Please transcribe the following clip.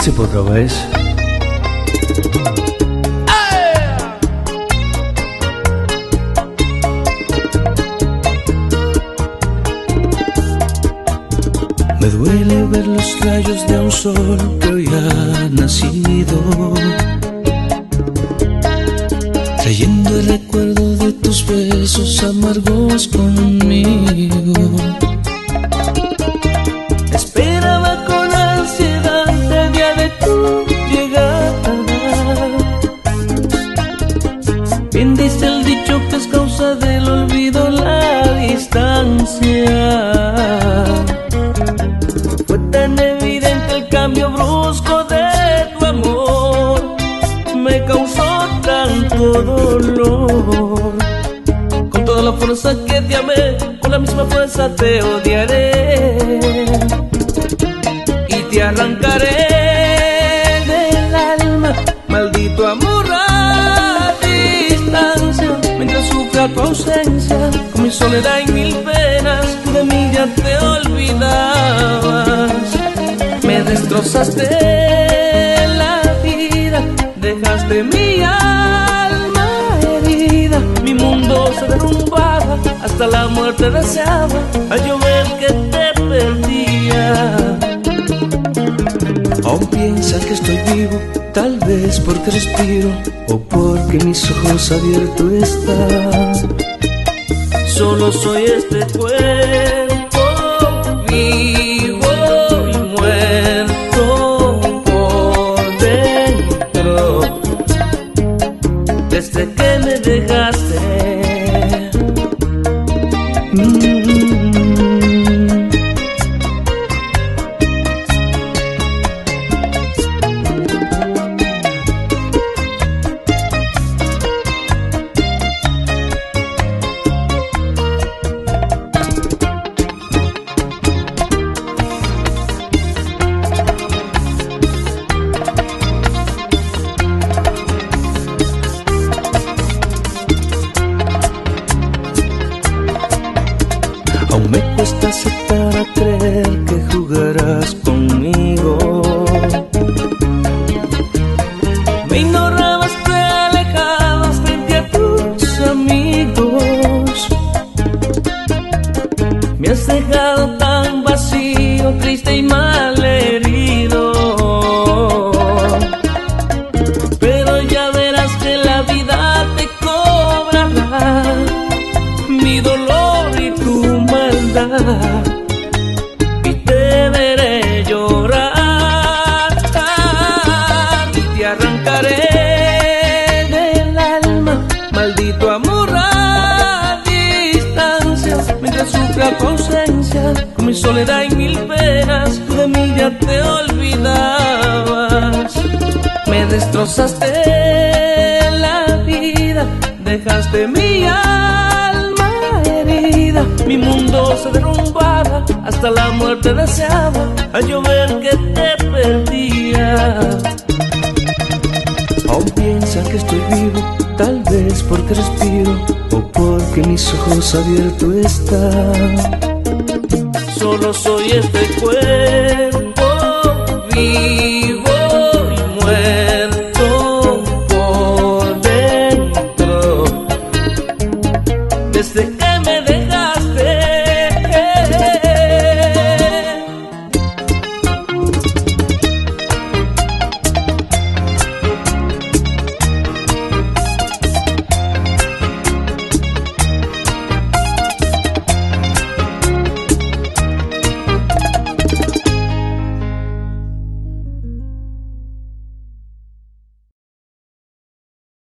por otra vez. Me duele ver los rayos de un sol que hoy ha nacido, trayendo el recuerdo de tus besos amargos conmigo. Esperaba con ansiedad el día de tu llegada. Bien dice el dicho que es causa del olvido la distancia. Fue tan evidente el cambio brusco de tu amor, me causó tanto dolor. Con toda la fuerza que te amé, con la misma fuerza te odiaré y te arrancaré del alma, maldito amor a distancia. Mientras sufra tu ausencia, con mi soledad y mil penas, tú de mí ya te olvidabas. Me destrozaste la vida, dejaste mi alma herida, mi mundo se derrumbaba, hasta la muerte deseaba, al yo ver que te perdía. Aún piensas que estoy vivo, tal vez porque respiro o porque mis ojos abiertos están. Solo soy este cuerpo vivo y muerto por dentro, desde que me dejaste. Aún me cuesta aceptar a creer que jugarás conmigo. Me ignorabas, te alejabas frente a tus amigos. Me has dejado tan vacío, triste y malherido. Pero ya verás que la vida te cobrará mi dolor y tu maldad, y te veré llorar y te arrancaré del alma, maldito amor a distancia. Mientras sufra tu ausencia, con mi soledad y mil penas, tú de mí ya te olvidabas. Me destrozaste la vida, dejaste mi alma herida, mi mundo se derrumbaba, hasta la muerte deseaba, al yo ver que te perdía. Aún piensan que estoy vivo, tal vez porque respiro o porque mis ojos abiertos están. Solo soy este cuerpo vivo